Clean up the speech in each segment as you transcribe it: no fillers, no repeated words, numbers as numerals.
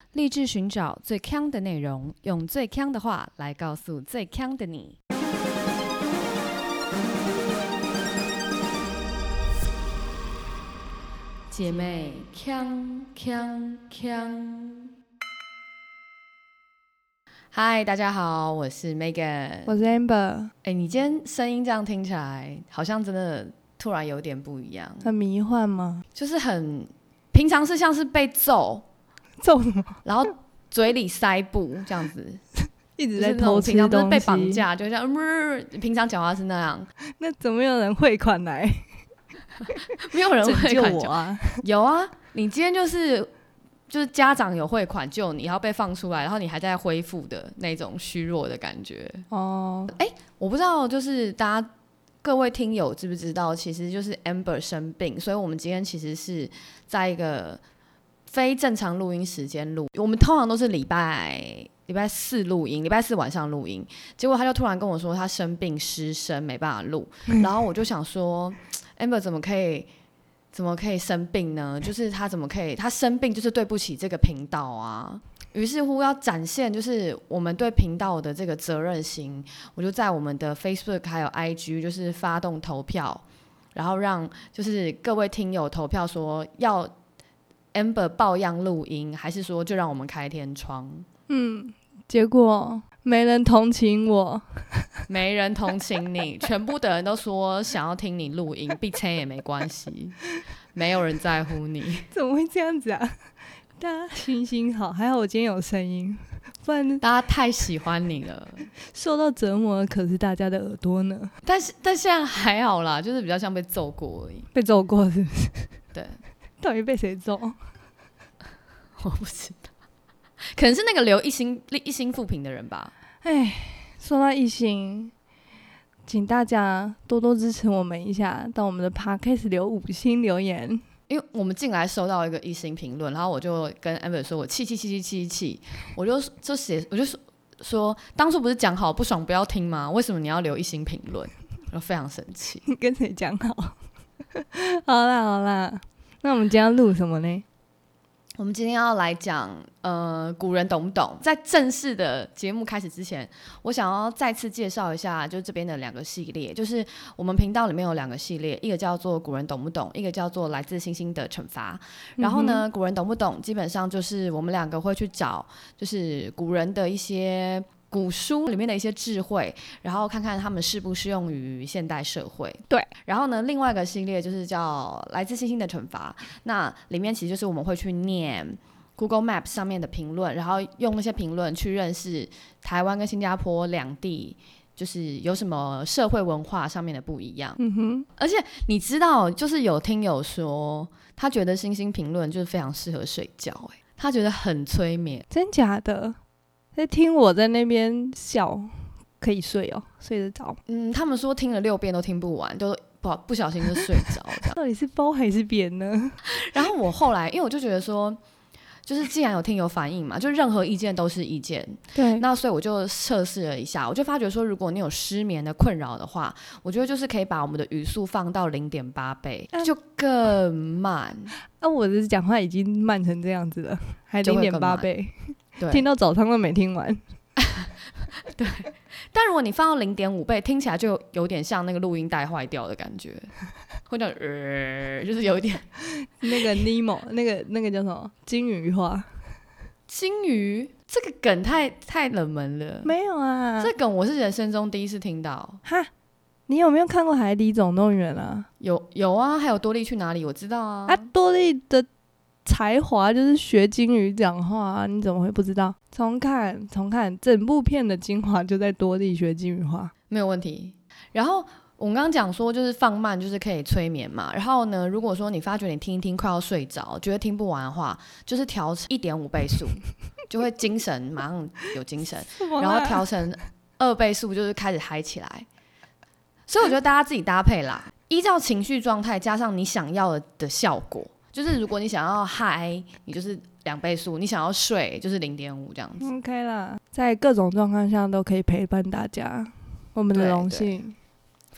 立志寻找最强的内容，用最强的话来告诉最强的你。姐妹，强强强！嗨，大家好，我是 Megan， 我是 Amber。 你今天声音这样听起来，好像真的突然有点不一样， 很迷幻吗？ 就是很平常是像是被揍什么？ 然后嘴里塞布这样子， 一直在偷吃东西。 平常不是被绑架，就像平常讲话是那样。 那怎么有人汇款来？ 没有人汇款救我啊！ 有啊，你今天就是家长有汇款救你，然后被放出来，然后你还在恢复的那种虚弱的感觉。哦，我不知道，就是大家各位听友知不知道，其实就是 Amber 生病，所以我们今天其实是在一个非正常录音时间录，我们通常都是礼拜四录音，礼拜四晚上录音，结果他就突然跟我说他生病失声没办法录，然后我就想说 Amber 怎么可以生病呢？就是他怎么可以，他生病就是对不起这个频道啊。于是乎要展现就是我们对频道的这个责任心，我就在我们的 Facebook 还有 IG 就是发动投票，然后让就是各位听友投票说要 Amber 抱恙录音，还是说就让我们开天窗。 结果没人同情我。 没人同情你，全部的人都说想要听你录音，闭嘴也没关系，没有人在乎你。 怎么会这样子啊？大家心情好，还好我今天有声音，不然大家太喜欢你了。 受到折磨的可是大家的耳朵呢。 但现在还好啦，就是比较像被揍过而已。 被揍过是不是？ 对， 到底被谁揍？ 我不知道，可能是那个留一星负评的人吧。 说到一星，请大家多多支持我们一下，到我们的 Podcast 留5星留言。 因为我们进来收到一个1星评论，然后我就跟 Amber 说我气，我就说当初不是讲好不爽不要听吗？为什么你要留1星评论？我就非常生气。 你跟谁讲好？好啦，那我们今天要录什么呢？ 我们今天要来讲古人懂不懂。在正式的节目开始之前，我想要再次介绍一下就这边的2个系列，就是我们频道里面有2个系列，一个叫做古人懂不懂，一个叫做来自星星的惩罚。然后呢，古人懂不懂基本上就是我们2个会去找就是古人的一些古书里面的一些智慧，然后看看他们适不适用于现代社会。 对， 然后呢，另外一个系列就是叫来自星星的惩罚，那里面其实就是我们会去念 Google Map 上面的评论，然后用那些评论去认识台湾跟新加坡2地就是有什么社会文化上面的不一样。而且你知道，就是有听友说他觉得星星评论就是非常适合睡觉，他觉得很催眠。 真假的？在听我在那边笑可以睡哦，睡得着？ 他们说听了6遍都听不完，就不小心就睡着这样。 到底是包还是扁呢？ 然后我后来因为我就觉得说，就是既然有听友反应嘛，就任何意见都是意见。 对， 那所以我就测试了一下，我就发觉说，如果你有失眠的困扰的话，我觉得就是可以把我们的语速放到0.8倍，就更慢。 我的讲话已经慢成这样子了，还0.8倍。 对， 听到早上都没听完。 对，但如果你放到0.5倍，听起来就有点像那个录音带坏掉的感觉，会叫就是有一点那个 Nemo 那个叫什么金鱼话？ 金鱼这个梗太冷门了。 没有啊， 这梗我是人生中第一次听到。 哈，你有没有看过《海底总动员》啊？ 有啊，还有多莉去哪里？我知道啊。 多莉的才华就是学金鱼讲话你怎么会不知道？重看，整部片的精华就在多莉学金鱼话， 没有问题。然后我们刚刚讲说，就是放慢，就是可以催眠嘛。然后呢，如果说你发觉你听一听快要睡着，觉得听不完的话，就是调成1.5倍速，就会精神马上有精神。然后调成2倍速，就是开始嗨起来。所以我觉得大家自己搭配啦，依照情绪状态加上你想要的效果。就是如果你想要嗨，你就是2倍速；你想要睡，就是0.5这样子。 OK 啦，在各种状况下都可以陪伴大家，我们的荣幸。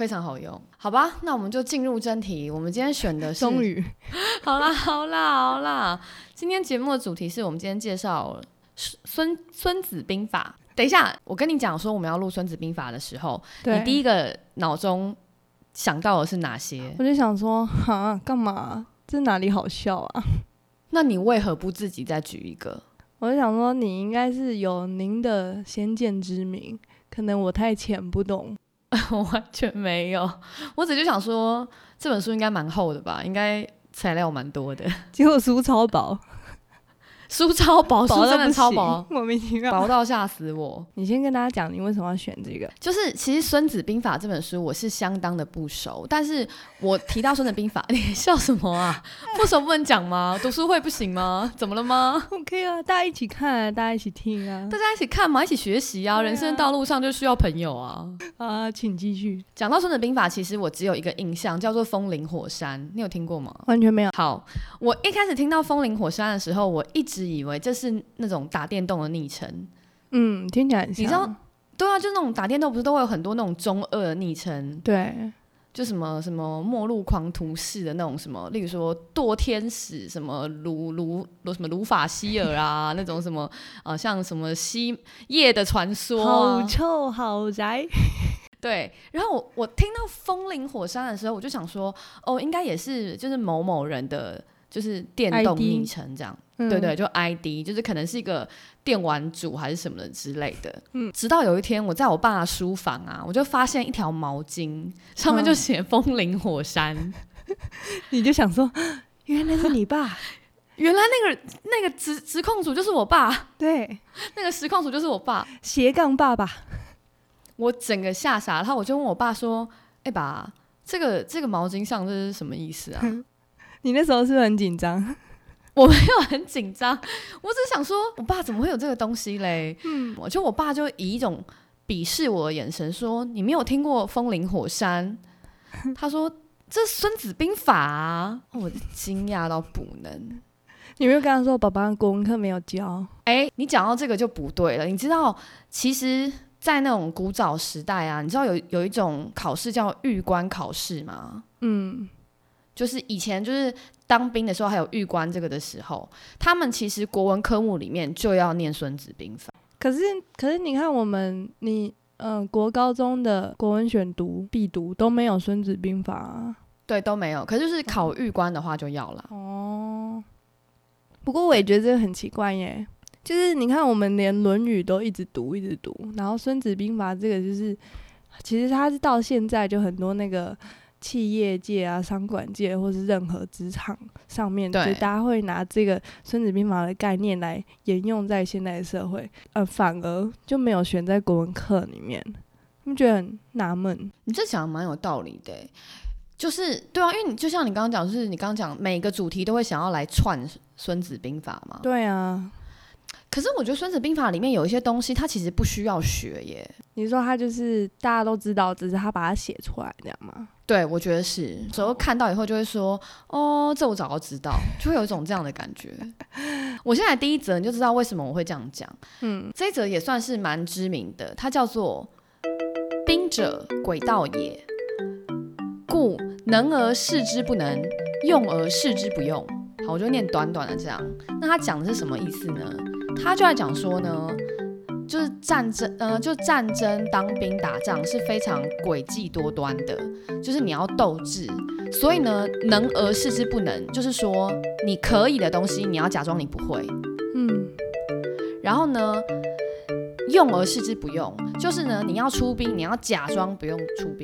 非常好用。好吧，那我们就进入正题。我们今天选的是终于好啦，今天节目的主题是我们今天介绍孙子兵法。等一下，我跟你讲说我们要录孙子兵法的时候，你第一个脑中想到的是哪些？ 我就想说，哈，干嘛？这哪里好笑啊？ 那你为何不自己再举一个？ 我就想说，你应该是有您的先见之明，可能我太浅不懂。 我完全没有，我只就想说这本书应该蛮厚的吧，应该材料蛮多的， 结果书超薄。 书超薄，书真的超薄， 莫名其妙， 薄到吓死我。 你先跟大家讲，你为什么要选这个？ 就是其实《孙子兵法》这本书我是相当的不熟，但是我提到《孙子兵法》，你笑什么啊？不熟不能讲吗？读书会不行吗？怎么了吗 ？OK 啊，大家一起看，大家一起听啊， 大家一起看嘛，一起学习啊。人生道路上就需要朋友啊。 请继续。 讲到《孙子兵法》，其实我只有一个印象，叫做风林火山，你有听过吗？ 完全没有。 好，我一开始听到风林火山的时候，我一直以为这是那种打电动的昵称。 听起来很像。 你知道，对啊，就那种打电动不是都会有很多那种中二的昵称？ 对， 就什么什么末路狂徒式的那种什么，例如说堕天使什么卢法希尔啊，那种什么像什么夜的传说好臭好宅。 对，然后我听到风林火山的时候，我就想说，应该也是就是某某人的，就是电动昵称这样。对，就 ID， 就是可能是一个电玩主还是什么的之类的。直到有一天我在我爸的书房啊，我就发现一条毛巾，上面就写风林火山。 你就想说，原来是你爸。 原来那个实况主就是我爸。 对， 那个实况主就是我爸， 斜杠爸爸。 我整个吓傻，然后我就问我爸说：“爸，这个毛巾上这是什么意思啊？” 你那时候是不是很紧张？ 我没有很紧张，我只是想说，我爸怎么会有这个东西嘞？我爸就以一种鄙视我的眼神说：“你没有听过风林火山？”他说：“这是孙子兵法啊！”我惊讶到不能。 你没有跟他说，爸爸国文课没有教？ 你讲到这个就不对了。你知道，其实，在那种古早时代啊，你知道有一种考试叫预官考试吗？就是以前就是当兵的时候还有预官这个的时候，他们其实国文科目里面就要念孙子兵法。 可是你看国高中的国文选读必读都没有孙子兵法啊。 对，都没有。可是就是考预官的话就要了。 不过我也觉得这个很奇怪耶，就是你看我们连论语都一直读，然后孙子兵法这个就是其实它是到现在就很多那个企业界啊、商管界或是任何职场上面，就大家会拿这个孙子兵法的概念来沿用在现代的社会，反而就没有选在国文课里面，你觉得很纳闷？ 你这讲蛮有道理的，就是对啊，因为你就像你刚刚讲，就是你刚刚讲每个主题都会想要来串孙子兵法嘛。 对啊。 可是我觉得孙子兵法里面有一些东西，它其实不需要学耶。 你说它就是大家都知道，只是他把它写出来这样吗？ 对，我觉得是。有时候看到以后就会说，这我早就知道，就会有一种这样的感觉。我现在第一则你就知道为什么我会这样讲。这一则也算是蛮知名的，它叫做“兵者，诡道也，故能而示之不能，用而示之不用。”好，我就念短短的这样。那他讲的是什么意思呢？他就在讲说呢，就是战争当兵打仗是非常诡计多端的，就是你要斗智，所以呢，能而示之不能，就是说你可以的东西，你要假装你不会。然后呢，用而示之不用，就是呢，你要出兵，你要假装不用出兵。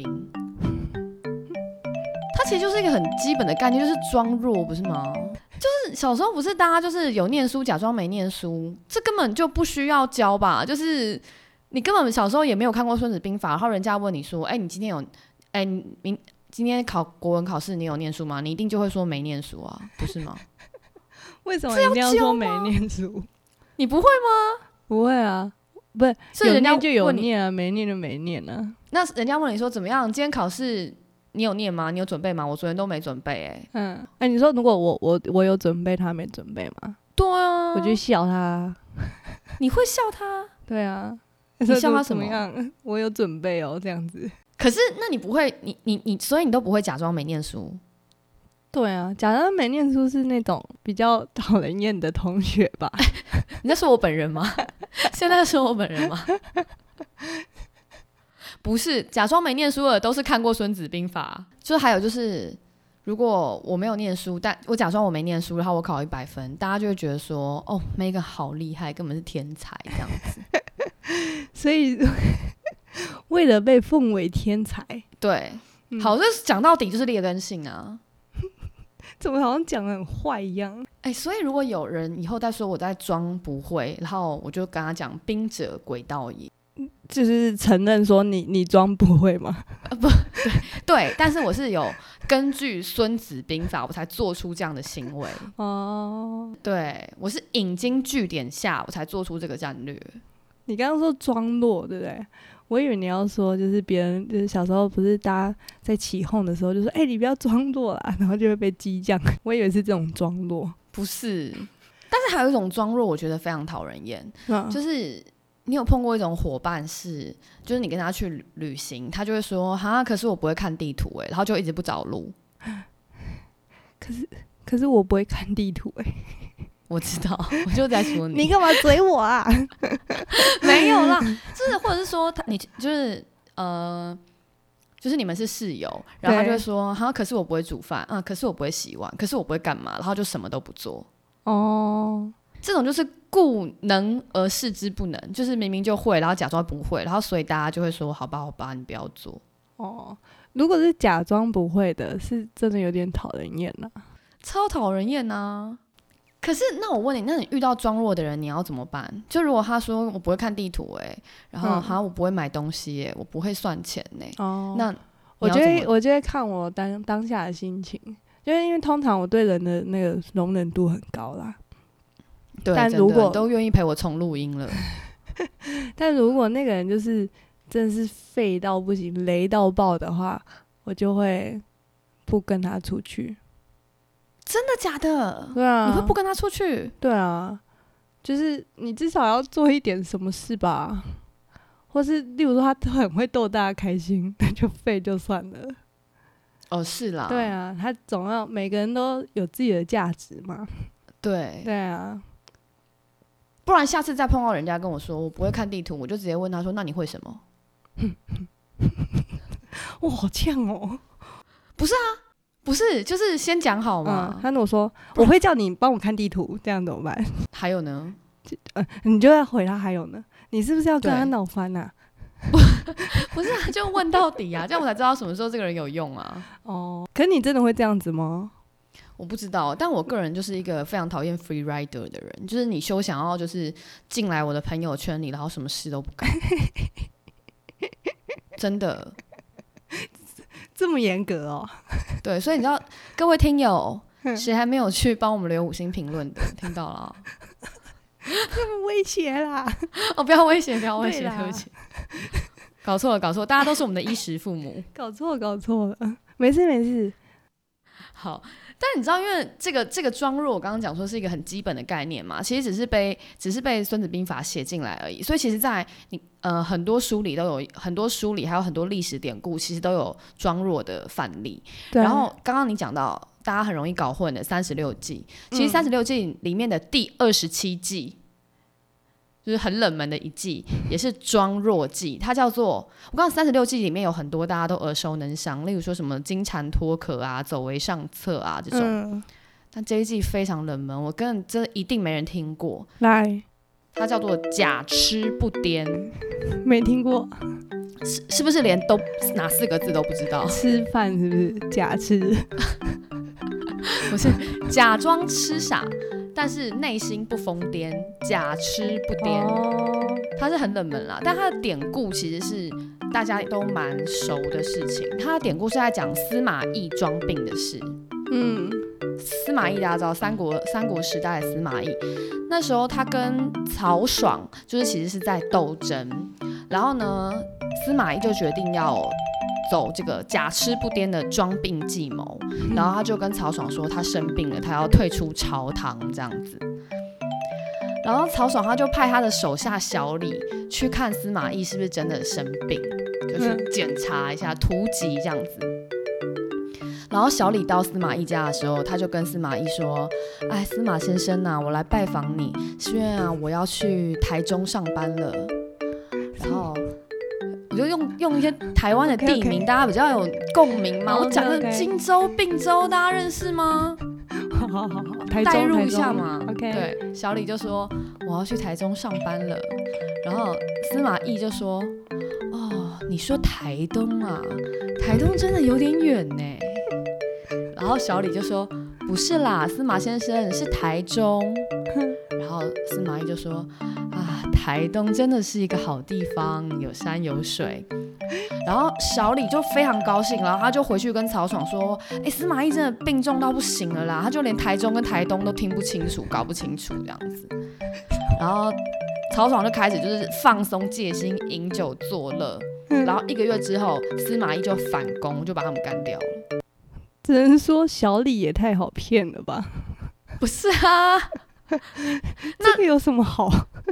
它其实就是一个很基本的概念，就是装弱，不是吗？就是小时候不是大家就是有念书假装没念书，这根本就不需要教吧？就是你根本小时候也没有看过《孙子兵法》，然后人家问你说：“你今天有，今天考国文考试你有念书吗？”你一定就会说没念书啊，不是吗？ 为什么一定要说没念书？ 你不会吗？ 不会啊，不是， 所以人家有念就有念啊，没念就没念啊。 那人家问你说怎么样？今天考试你有念吗？你有准备吗？我昨天都没准备你说如果我有准备，他没准备吗？ 对啊， 我就笑他。 你会笑他？ 对啊， 你笑他怎么样？我有准备哦，这样子。 可是那你不会，所以你都不会假装没念书？ 对啊，假装没念书是那种比较讨人厌的同学吧？ 你在说我本人吗？现在说我本人吗？不是，假装没念书的都是看过《孙子兵法》，就还有就是，如果我没有念书，但我假装我没念书，然后我考100分，大家就会觉得说，哦，Megan 好厉害，根本是天才这样子。 所以为了被奉为天才， 对，好，这讲到底就是劣根性啊。 怎么好像讲得很坏一样？ 所以如果有人以后再说我在装不会，然后我就跟他讲兵者诡道也， 就是承认说你装不会吗？ 不对，但是我是有根据《孙子兵法》我才做出这样的行为哦。对，我是引经据典下我才做出这个战略。 你刚刚说装弱，对不对？我以为你要说就是别人就是小时候不是大家在起哄的时候就说你不要装弱啦，然后就会被激将。我以为是这种装弱， 不是。但是还有一种装弱我觉得非常讨人厌，就是你有碰过一种伙伴是，就是你跟他去旅行，他就会说哈，可是我不会看地图然后就一直不找路。 可是我不会看地图我知道，我就在说你。 你干嘛追我啊？ 没有啦，就是或者是说你就是就是你们是室友，然后他就会说哈，可是我不会煮饭，可是我不会洗碗，可是我不会干嘛，然后就什么都不做。哦，这种就是故能而示之不能，就是明明就会，然后假装不会，然后所以大家就会说好吧好吧，你不要做。哦， 如果是假装不会的，是真的有点讨人厌啊， 超讨人厌啊。可是那我问你，那你遇到装弱的人你要怎么办？就如果他说我不会看地图然后我不会买东西我不会算钱那我觉得看我当下的心情，就是因为通常我对人的那个容忍度很高啦。 对，但如果都愿意陪我重录音了， 但如果那个人就是真的是废到不行、雷到爆的话，我就会不跟他出去。 真的假的？ 对啊， 你会不跟他出去？ 对啊，就是你至少要做一点什么事吧，或是例如说他很会逗大家开心，那就废就算了。 哦，是啦。 对啊，他总要每个人都有自己的价值嘛。 对。 对啊， 不然下次再碰到人家跟我说我不会看地图，我就直接问他说：“那你会什么？” 哇，好呛哦！ 不是啊。不是，就是先讲好嘛。 他跟我说我会叫你帮我看地图，这样怎么办？ 还有呢？ 你就要回他还有呢？你是不是要跟他闹翻啊？ 不是啊，就问到底啊，这样我才知道什么时候这个人有用啊。 哦，可是你真的会这样子吗？ 我不知道，但我个人就是一个非常讨厌 free rider 的人，就是你休想要就是进来我的朋友圈里，然后什么事都不干，真的。 这么严格哦？ 对，所以你知道，各位听友，谁还没有去帮我们留5星评论的？听到了？ 这么威胁啦！ 哦，不要威胁，不要威胁，对不起。搞错了，大家都是我们的衣食父母。 搞错了，没事。好。 但你知道，因为这个装弱，我刚刚讲说是一个很基本的概念嘛，其实只是被《孙子兵法》写进来而已。所以其实在你很多书里还有很多历史典故，其实都有装弱的范例。然后刚刚你讲到大家很容易搞混的36计，其实36计里面的第27计。就是很冷门的一计，也是装弱计，它叫做我刚刚36计里面有很多大家都耳熟能详，例如说什么金蝉脱壳啊、走为上策啊这种。但这一计非常冷门，我真的一定没人听过。 来， 它叫做假吃不颠， 没听过， 是不是连哪4个字都不知道？ 吃饭是不是假吃？ 不是，假装吃傻。但是内心不疯癫，假吃不颠，它是很冷门啦。但它的典故其实是大家都蛮熟的事情。它的典故是在讲司马懿装病的事。司马懿大家知道三国时代的司马懿，那时候他跟曹爽就是其实是在斗争，然后呢，司马懿就决定要走这个假吃不颠的装病计谋，然后他就跟曹爽说他生病了，他要退出朝堂这样子。 然后曹爽他就派他的手下小李去看司马懿是不是真的生病，就去检查一下突疾这样子。然后小李到司马懿家的时候，他就跟司马懿说：“哎，司马先生啊，我来拜访你，是因为啊我要去台中上班了。”然后我就用一些台湾的地名，大家比较有共鸣嘛。我讲的荆州、并州，大家认识吗？ 好， 代入一下嘛。 OK， 对，小李就说我要去台中上班了，然后司马懿就说：“哦，你说台东啊，台东真的有点远呢。”然后小李就说：“不是啦，司马先生是台中。”然后司马懿就说：“啊，台东真的是一个好地方，有山有水。”然后小李就非常高兴，然后他就回去跟曹爽说：“哎，司马懿真的病重到不行了啦，他就连台中跟台东都听不清楚，搞不清楚这样子。”然后曹爽就开始就是放松戒心，饮酒作乐。然后1个月之后，司马懿就反攻，就把他们干掉了。 只能说小李也太好骗了吧？ 不是啊， 这个有什么好？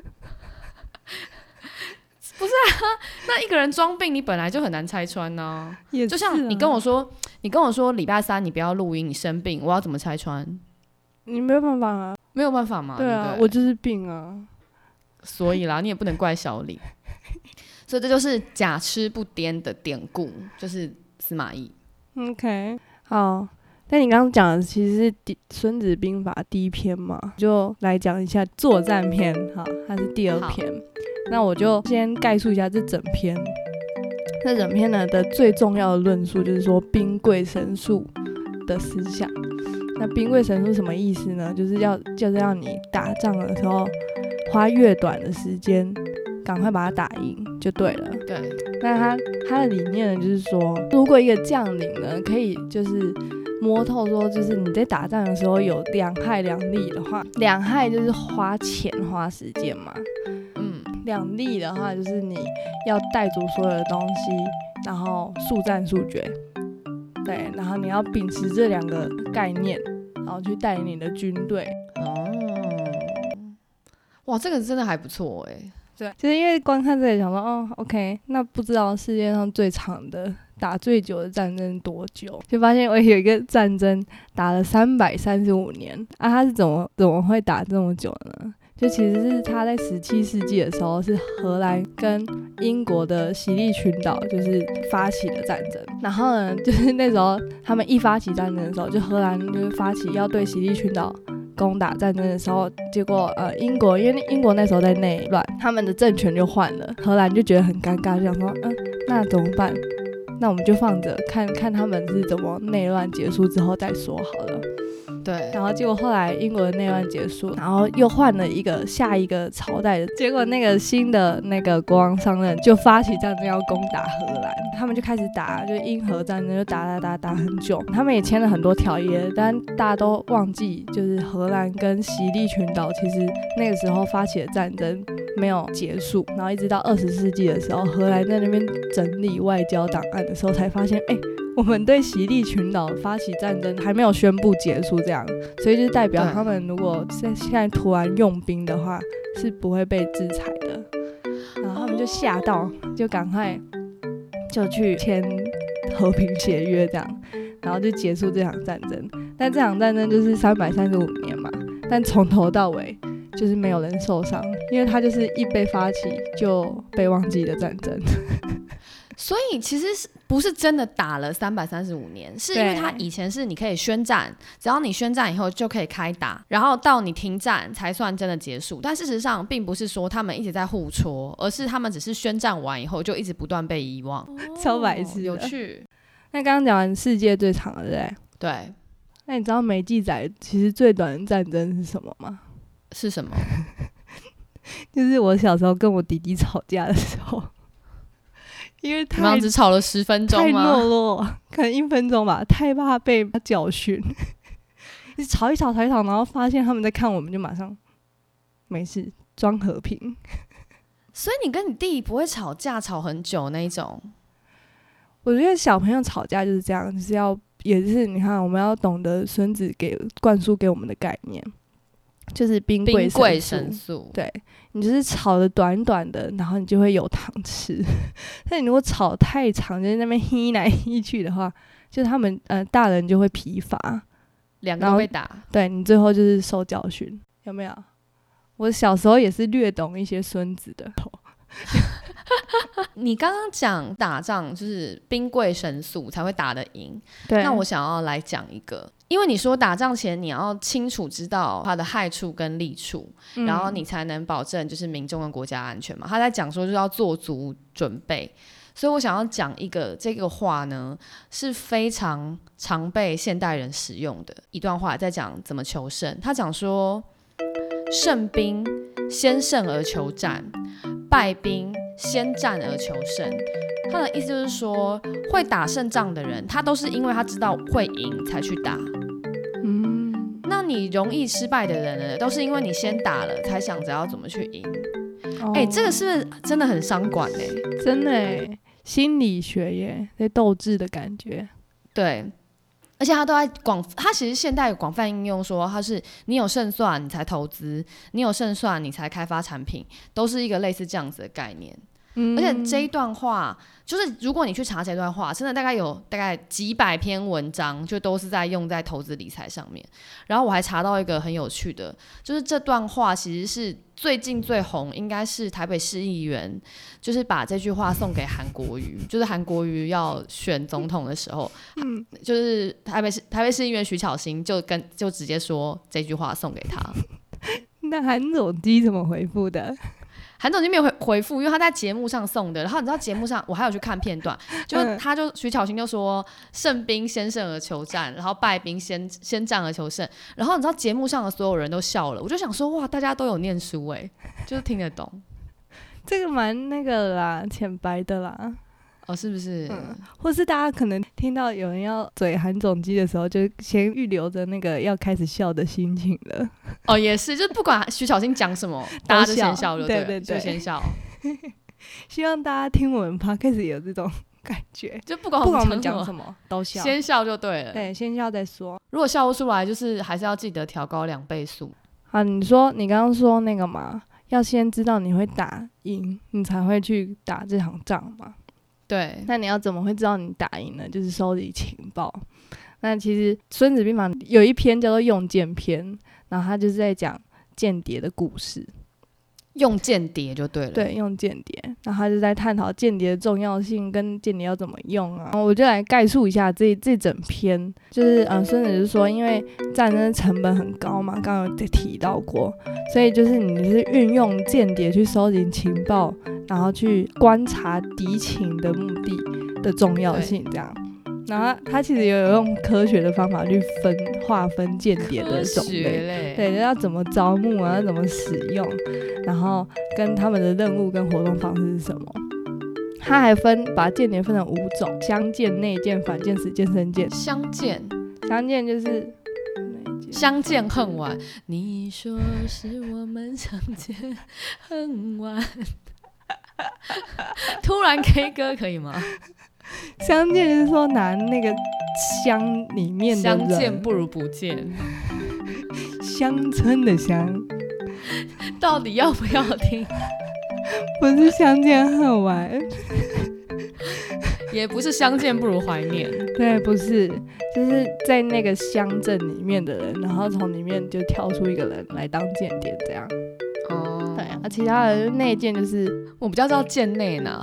不是啊，那一个人装病，你本来就很难拆穿呢、 啊。 就像你跟我说礼拜3你不要录音，你生病，我要怎么拆穿？ 你没有办法啊， 没有办法嘛。 对啊， 对， 我就是病啊。 所以啦，你也不能怪小李。所以这就是假吃不颠的典故，就是司马懿。 OK， 好。但你刚刚讲的其实是《孙子兵法》第1篇嘛，就来讲一下作战篇，哈，它是第2篇。那我就先概述一下这整篇。这整篇呢的最重要的论述就是说兵贵神速的思想。那兵贵神速什么意思呢？就是要你打仗的时候花越短的时间，赶快把它打赢就对了。 对。 那他的理念呢，就是说，如果一个将领呢可以就是摸透说，就是你在打仗的时候有2害2利的话，2害就是花钱花时间嘛。2利的话就是你要带足所有的东西，然后速战速决，对，然后你要秉持这2个概念，然后去带领你的军队。 哇，这个真的还不错哎。 对，就是因为光看这里想说，OK， 那不知道世界上最长的打最久的战争多久，就发现我有一个战争打了335年啊，他是怎么会打这么久呢？就其实是他在17世纪的时候，是荷兰跟英国的洗利群岛就是发起的战争。然后呢，就是那时候他们一发起战争的时候，就荷兰就是发起要对洗利群岛攻打战争的时候，结果英国因为英国那时候在内乱，他们的政权就换了，荷兰就觉得很尴尬，就想说那怎么办？那我们就放着看他们是怎么内乱结束之后再说好了。 对， 然后结果后来英国的内乱结束，然后又换了下一个朝代的，结果那个新的那个国王上任，就发起战争要攻打荷兰，他们就开始打，就英荷战争就打很久，他们也签了很多条约，但大家都忘记，就是荷兰跟洗利群岛其实那个时候发起的战争没有结束，然后一直到20世纪的时候，荷兰在那边整理外交档案的时候才发现，我们对洗利群岛发起战争还没有宣布结束，这样，所以就代表他们如果现在突然用兵的话，是不会被制裁的。然后他们就吓到，就赶快就去签和平协约，这样，然后就结束这场战争。但这场战争就是335年嘛，但从头到尾就是没有人受伤，因为它就是一被发起就被忘记的战争。 所以其实不是真的打了335年，是因为他以前是你可以宣战，只要你宣战以后就可以开打，然后到你停战才算真的结束。但事实上并不是说他们一直在互戳，而是他们只是宣战完以后就一直不断被遗忘。 超白痴， 有趣。 那刚刚讲完世界最长的，对不对？ 对。 那你知道没记载其实最短的战争是什么吗？ 是什么？ 就是我小时候跟我弟弟吵架的时候。因为你们只吵了10分钟吗？ 太懦弱，可能1分钟吧，太怕被教训。吵一吵，然后发现他们在看我们，就马上没事，装和平。 所以你跟你弟不会吵架吵很久那一种？ 我觉得小朋友吵架就是这样，就是也是你看，我们要懂得孙子灌输给我们的概念。 就是冰桂神素，对，你就是炒的短短的，然后你就会有糖吃。但你如果炒太长，就是那边吸来吸去的话，就是他们大人就会疲乏， 两个都被打， 对，你最后就是受教训，有没有？我小时候也是略懂一些孙子的。 你刚刚讲打仗就是兵贵神速才会打得赢， 对， 那我想要来讲一个，因为你说打仗前你要清楚知道它的害处跟利处，然后你才能保证就是民众跟国家安全嘛。他在讲说就是要做足准备，所以我想要讲一个这个话呢是非常常被现代人使用的一段话，在讲怎么求胜。他讲说胜兵先胜而求战，败兵先战而求胜。他的意思就是说，会打胜仗的人，他都是因为他知道会赢才去打。那你容易失败的人呢，都是因为你先打了，才想着要怎么去赢。这个是不是真的很伤管呢？ 真的耶，心理学耶，在斗智的感觉。 对。而且他都在他其实现代广泛应用说，他是你有胜算你才投资，你有胜算你才开发产品，都是一个类似这样子的概念。而且这一段话，就是如果你去查这段话，真的大概几百篇文章，就都是在用在投资理财上面。然后我还查到一个很有趣的，就是这段话其实是最近最红，应该是台北市议员，就是把这句话送给韩国瑜，就是韩国瑜要选总统的时候，就是台北市议员徐巧芯就直接说这句话送给他。 那韩总机怎么回复的？ 韩总已经没有回复，因为他在节目上送的。然后你知道节目上我还有去看片段，徐巧芯就说胜兵先胜而求战，然后败兵先战而求胜。然后你知道节目上的所有人都笑了，我就想说哇，大家都有念书欸，就是听得懂。 这个蛮那个啦，浅白的啦。 是不是？ 或是大家可能听到有人要嘴韩总机的时候，就先预留着那个要开始笑的心情了。 也是，就不管徐巧芯讲什么，大家就先笑了，对，就先笑。 希望大家听我们 podcast 有这种感觉， 就不管我们讲什么都笑，先笑就对了。 对，先笑再说。 如果笑不出来，就是还是要记得调高2倍速。 好，你刚刚说那个嘛，要先知道你会打赢，你才会去打这场仗嘛。 对， 那你要怎么会知道你打赢呢？就是收集情报。那其实《孙子兵法》有一篇叫做《用间篇》，然后他就是在讲间谍的故事。 用间谍就对了。 对，用间谍，然后他就在探讨间谍的重要性跟间谍要怎么用啊。然后我就来概述一下这整篇，就是孙子就说，因为战争成本很高嘛，刚刚有提到过，所以就是你是运用间谍去收集情报，然后去观察敌情的目的的重要性这样。然后他其实有用科学的方法去划分间谍的种类，对，要怎么招募啊，要怎么使用，然后跟他们的任务跟活动方式是什么。他还把间谍分成5种：相见、内见、反见、死见、生见。相见就是相见恨晚，你说是我们相见恨晚。突然 K 歌可以吗？ 相见就是说拿那个乡里面的人， 相见不如不见， 乡村的乡， 到底要不要听？ 不是相见恨晚， 也不是相见不如怀念， 对，不是，就是在那个乡镇里面的人，然后从里面就挑出一个人来当间谍，这样。对啊，其他的内奸就是我比较知道贱内呢。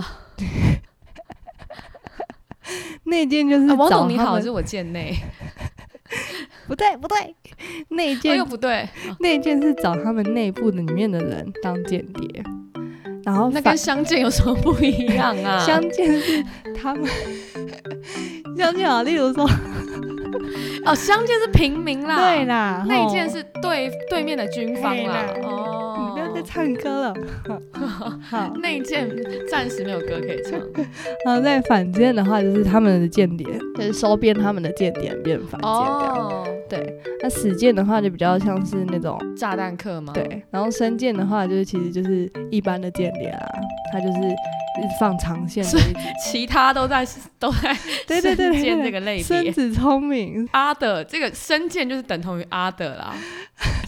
内奸就是王董你好，是我贱内。 不对，内奸又不对， 内奸是找他们内部的里面的人当间谍，然后那跟相见有什么不一样啊？ 相见是他们相见啊，例如說相见是平民啦， 对啦， 内奸是对面的军方啦。 你不要再唱歌了。好， 内奸暂时没有歌可以唱。 然后在反间的话，就是他们的间谍，就是收编他们的间谍变反间这样。对，那死间的话就比较像是那种炸弹客吗？ 对，然后生间的话其实就是一般的间谍啦，他就是放长线的， 其他都在对生间这个类别。 孙子聪明， 阿的这个生间就是等同于阿的啦。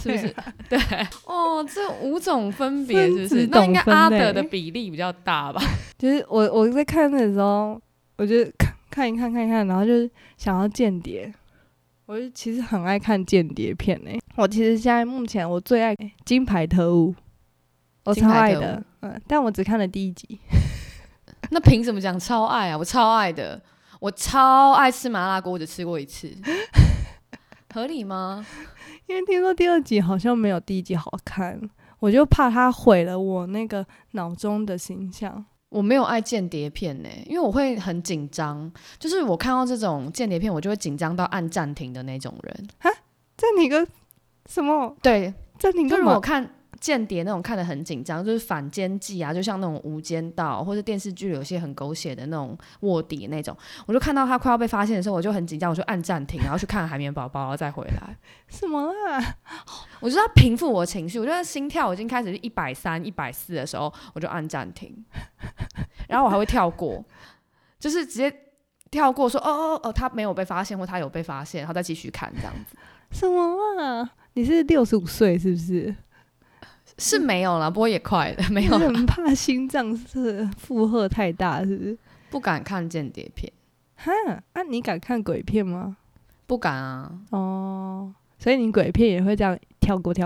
是不是？对，哦，这5种分别是不是？那应该阿德的比例比较大吧？ 就是我在看的时候，我就看一看，然后就想要间谍。我就其实很爱看间谍片欸。我其实现在目前我最爱金牌特务，我超爱的，但我只看了第1集。 那凭什么讲超爱啊？我超爱的，我超爱吃麻辣锅，我只吃过1次，合理吗？ 因为听说第2集好像没有第1集好看，我就怕它毁了我那个脑中的形象。 我没有爱间谍片因为我会很紧张，就是我看到这种间谍片，我就会紧张到按暂停的那种人。 哈，暂停个什么？ 对， 暂停干嘛？ 就是我看间谍那种看得很紧张，就是反间计啊，就像那种无间道或者电视剧有些很狗血的那种卧底那种，我就看到他快要被发现的时候，我就很紧张，我就按暂停，然后去看海绵宝宝，然后再回来。 什么啦？ 我就要平复我的情绪，我觉得心跳已经开始是130、140的时候，我就按暂停，然后我还会跳过，就是直接跳过说哦，他没有被发现，或他有被发现，然后再继续看这样子。 什么啊？你是65岁是不是？ 是没有啦，不过也快了，没有啦。 很怕心脏是负荷太大，是不是？ 不敢看间谍片。 哈，你敢看鬼片吗？ 不敢啊。 哦，所以你鬼片也会这样跳过？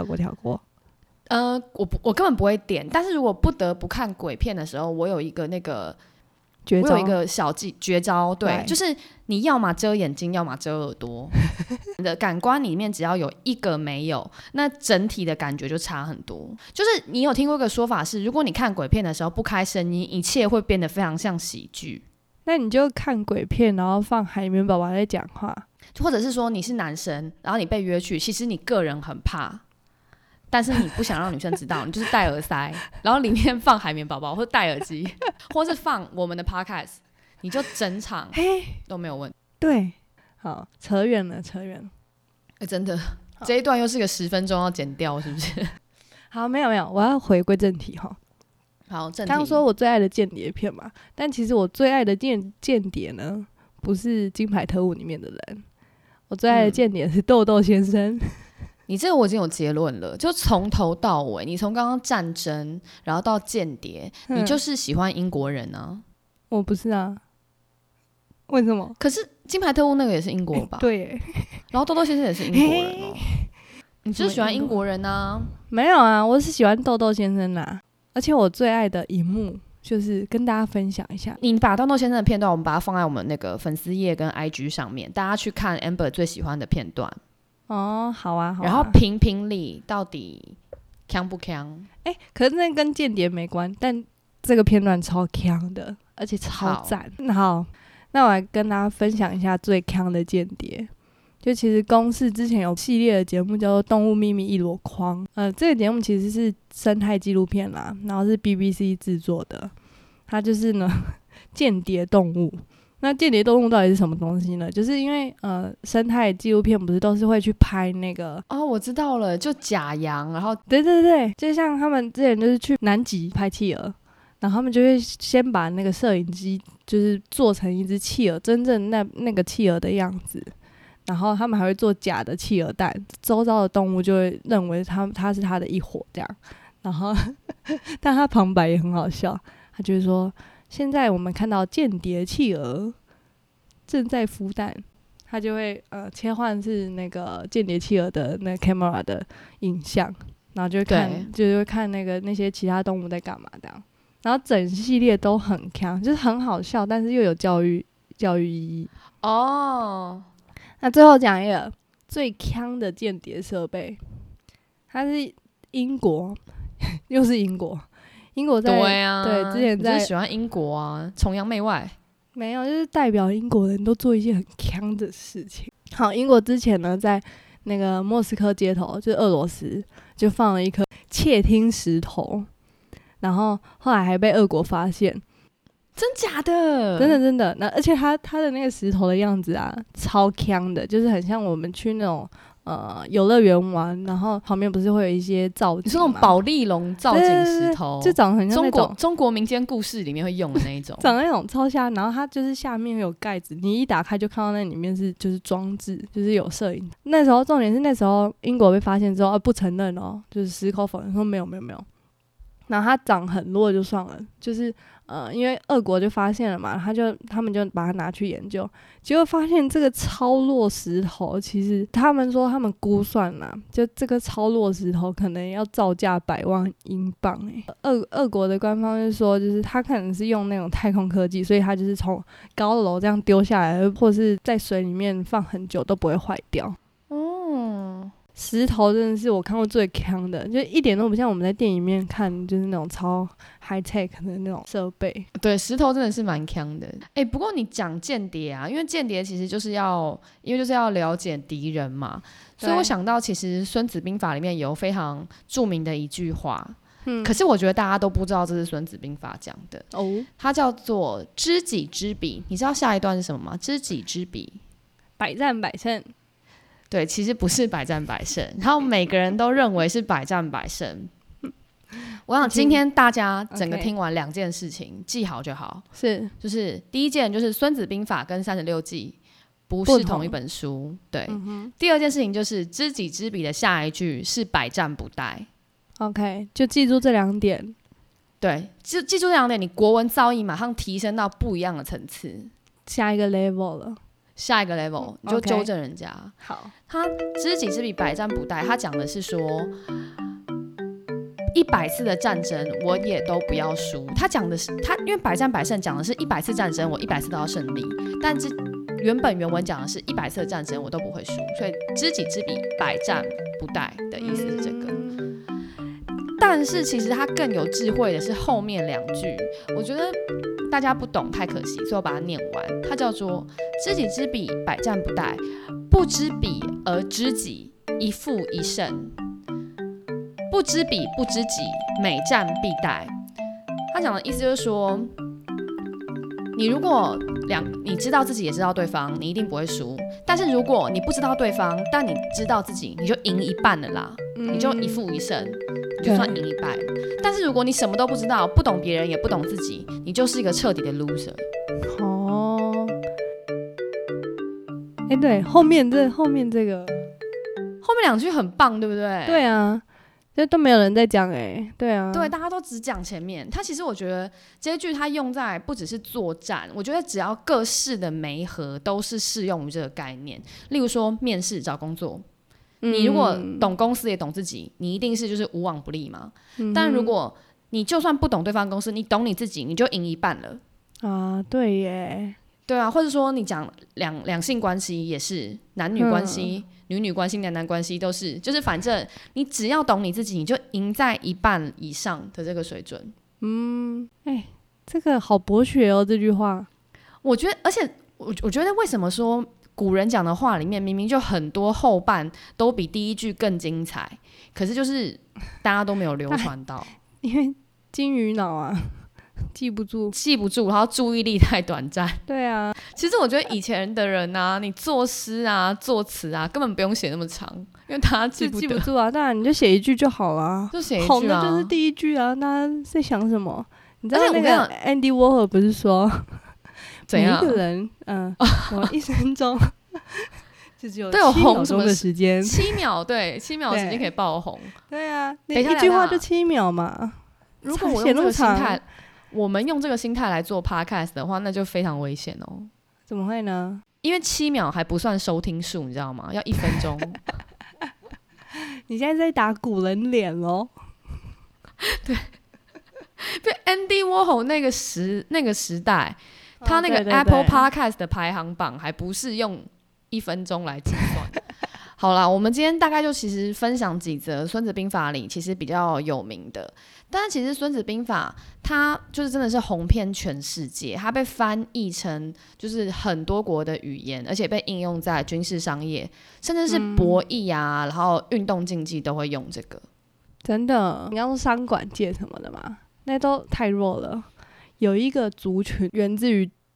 我根本不会点，但是如果不得不看鬼片的时候，我有一个那个绝招， 我有一个小绝招，对，就是你要么遮眼睛，要么遮耳朵。你的感官里面只要有一个没有，那整体的感觉就差很多。就是你有听过一个说法是，如果你看鬼片的时候不开声音，一切会变得非常像喜剧。 那你就看鬼片，然后放海绵宝宝在讲话， 或者是说你是男生，然后你被约去，其实你个人很怕。但是你不想让女生知道，你就是戴耳塞，然后里面放海绵宝宝，或者戴耳机，或是放我们的 podcast， 你就整场都没有问题。 对，好，扯远了。 真的，这一段又是个10分钟要剪掉，是不是？ 好，没有，我要回归正题哈。 好，正题。 刚说我最爱的间谍片嘛，但其实我最爱的间谍呢，不是金牌特务里面的人，我最爱的间谍是豆豆先生。 你这个我已经有结论了，就从头到尾，你从刚刚战争，然后到间谍，你就是喜欢英国人啊？ 我不是啊，为什么？ 可是金牌特务那个也是英国吧？ 对， 然后豆豆先生也是英国人哦。你就喜欢英国人啊？ 没有啊，我是喜欢豆豆先生啦。而且我最爱的一幕就是跟大家分享一下， 你把豆豆先生的片段，我们把它放在我们那个粉丝页跟 IG 上面，大家去看 Amber 最喜欢的片段。 哦，好啊， 然后评理到底强不强？ 可是那跟间谍没关，但这个片段超强的，而且超赞。好，那我来跟大家分享一下最强的间谍。就其实公视之前有系列的节目叫做《动物秘密一箩筐》，这个节目其实是生态纪录片啦，然后是 BBC 制作的。它就是呢间谍动物。那间谍动物到底是什么东西呢？就是因为生态纪录片不是都是会去拍那个我知道了，就假羊，然后对，就像他们之前就是去南极拍企鹅，然后他们就会先把那个摄影机就是做成一只企鹅，真正那个企鹅的样子，然后他们还会做假的企鹅蛋，周遭的动物就会认为它是它的一伙这样，然后但他旁白也很好笑，他就是说现在我们看到间谍企鹅正在孵蛋，他就会切换是那个间谍企鹅的那个 camera 的影像，然后就会看那些其他动物在干嘛这样，然后整系列都很强，就是很好笑，但是又有教育意义。那最后讲一个最强的间谍设备，它是英国，又是英国在对之前在你是喜欢英国啊，崇洋媚外。 没有，就是代表英国人都做一些很强的事情。好，英国之前呢，在那个莫斯科街头，就是俄罗斯，就放了一颗窃听石头，然后后来还被俄国发现。 真假的？ 真的。那而且它的那个石头的样子啊，超强的，就是很像我们去那种游乐园玩，然后旁边不是会有一些造景， 你说那种保丽龙造景石头， 就长得很像那种中国民间故事里面会用的那一种， 长得那种超瞎，然后它就是下面会有盖子，你一打开就看到那里面就是装置，就是有摄影。那时候重点是那时候英国被发现之后，不承认哦，就是矢口否认说没有。然后它长很弱就算了，就是因为俄国就发现了嘛，他们就把它拿去研究，结果发现这个超弱石头，其实他们说他们估算啦，就这个超弱石头可能要造价100万英镑俄国的官方就说，就是他可能是用那种太空科技，所以他就是从高楼这样丢下来，或是在水里面放很久都不会坏掉。石头真的是我看过最强的，就一点都不像我们在电影里面看，就是那种超 high tech 的那种设备。 对，石头真的是蛮强的。不过你讲间谍啊，因为间谍其实就是要了解敌人嘛，所以我想到其实《孙子兵法》里面有非常著名的一句话，可是我觉得大家都不知道这是《孙子兵法》讲的它叫做知己知彼。你知道下一段是什么吗？知己知彼， 百战百胜。 对，其实不是百战百胜，然后每个人都认为是百战百胜。我想今天大家整个听完2件事情，记好就好。就是第一件就是《孙子兵法》跟《36计》不是同一本书，对。第二件事情就是知己知彼的下一句是百战不殆。 OK， 就记住这2点。 对，记住这2点，你国文造诣马上提升到不一样的层次， 下一个 level 了。 下一个 level 你就纠正人家。 好， 他知己知彼，百战不殆。他讲的是说，100次的战争我也都不要输。他讲的是因为百战百胜讲的是100次战争我100次都要胜利，但是原文讲的是100次的战争我都不会输，所以知己知彼，百战不殆的意思是这个。但是其实他更有智慧的是后面2句，我觉得大家不懂太可惜，所以我把它念完。它叫做知己知彼，百战不殆；不知彼而知己，一负一胜。不知彼不知己，每战必殆。他讲的意思就是说，你如果你知道自己也知道对方，你一定不会输。但是如果你不知道对方，但你知道自己，你就赢一半了啦，你就一负一胜，你就算赢一半。但是如果你什么都不知道，不懂别人也不懂自己，你就是一个彻底的 loser。 对，后面这个后面2句很棒，对不对？ 对啊。这都没有人在讲对啊， 对，大家都只讲前面。他其实我觉得这一句他用在不只是作战，我觉得只要各式的媒合都是适用于这个概念。例如说面试找工作，你如果懂公司也懂自己，你一定是就是无往不利嘛。但如果你就算不懂对方公司，你懂你自己，你就赢一半了啊。对耶， 对啊，或者说你讲两性关系也是，男女关系。女关系、男关系都是，就是反正你只要懂你自己，你就赢在一半以上的这个水准。 这个好博学哦，这句话。 我觉得，而且我觉得为什么说古人讲的话里面明明就很多后半都比第一句更精彩，可是就是大家都没有流传到， 因为金鱼脑啊。记不住， 然后注意力太短暂。 对啊， 其实我觉得以前的人啊，你作诗啊、作词啊，根本不用写那么长，因为大家记不住啊。当然你就写一句就好了， 就写一句啊。 红的就是第一句啊，大家在想什么？你知道那个 Andy Warhol 不是说， 怎样？ 每一个人，我一生中就只有7秒钟的时间 ，7秒，对，7秒的时间可以爆红。 对啊，一句话就7秒嘛。 如果我用这个心态。我们用这个心态来做 podcast 的话，那就非常危险哦。 怎么会呢？ 因为7秒还不算收听数，你知道吗？要1分钟。 你现在在打古人脸咯。 对，Andy Warhol 那个时代，他那个 Apple Podcast 的排行榜还不是用1分钟来计算。好啦，我们今天大概就其实分享几则《孙子兵法》里其实比较有名的，但是其实《孙子兵法》它就是真的是红遍全世界，它被翻译成就是很多国的语言，而且被应用在军事、商业，甚至是博弈啊，然后运动竞技都会用这个。 真的，你刚说商管界什么的嘛，那都太弱了。有一个族群源自于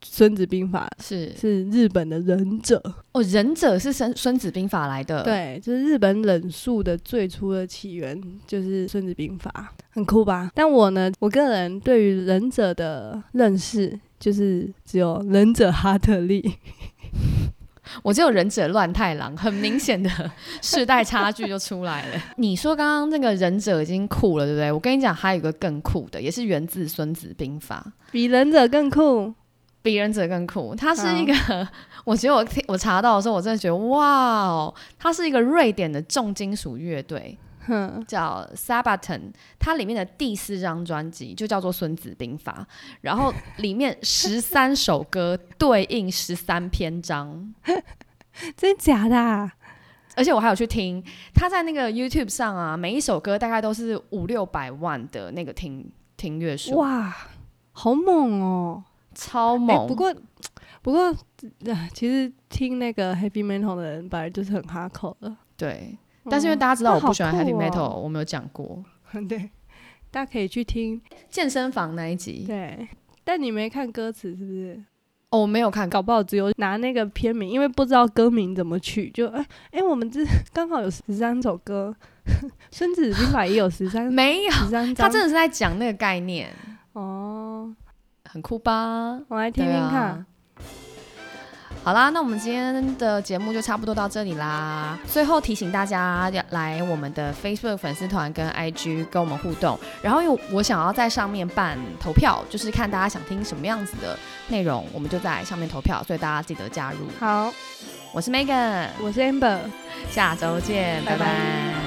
孙子兵法是日本的忍者哦，忍者是孙子兵法来的， 对，就是日本忍术的最初的起源就是孙子兵法，很酷吧？但我呢，我个人对于忍者的认识就是只有忍者哈特利。 我只有忍者乱太郎，很明显的世代差距就出来了。你说刚刚那个忍者已经酷了，对不对？我跟你讲，还有一个更酷的，也是源自孙子兵法， 比忍者更酷。 比忍者更酷，它是一个，我觉得我查到的时候，我真的觉得哇哦，它是一个瑞典的重金属乐队，叫 Sabaton， 它里面的第4张专辑就叫做《孙子兵法》，然后里面13首歌对应13篇章， 真假的啊？ 而且我还有去听，他在那个 YouTube 上啊，每一首歌大概都是500-600万的那个听阅数， 哇，好猛哦！ 超猛。 不过其实听那个 heavy metal 的人本来就是很哈口的， 对。但是因为大家知道我不喜欢 heavy metal，我没有讲过。 对，大家可以去听健身房那一集。 对，但你没看歌词是不是？ 哦，我没有看， 搞不好只有拿那个片名，因为不知道歌名怎么取，就我们这刚好有13首歌，孙子兵法也有13， 没有 13章， 他真的是在讲那个概念哦， 很酷吧？ 我来听听看。 好啦，那我们今天的节目就差不多到这里啦。最后提醒大家要来我们的 Facebook 粉丝团跟 IG 跟我们互动，然后因为我想要在上面办投票，就是看大家想听什么样子的内容，我们就在上面投票，所以大家记得加入。 好， 我是 Megan， 我是 Amber， 下周见，拜拜。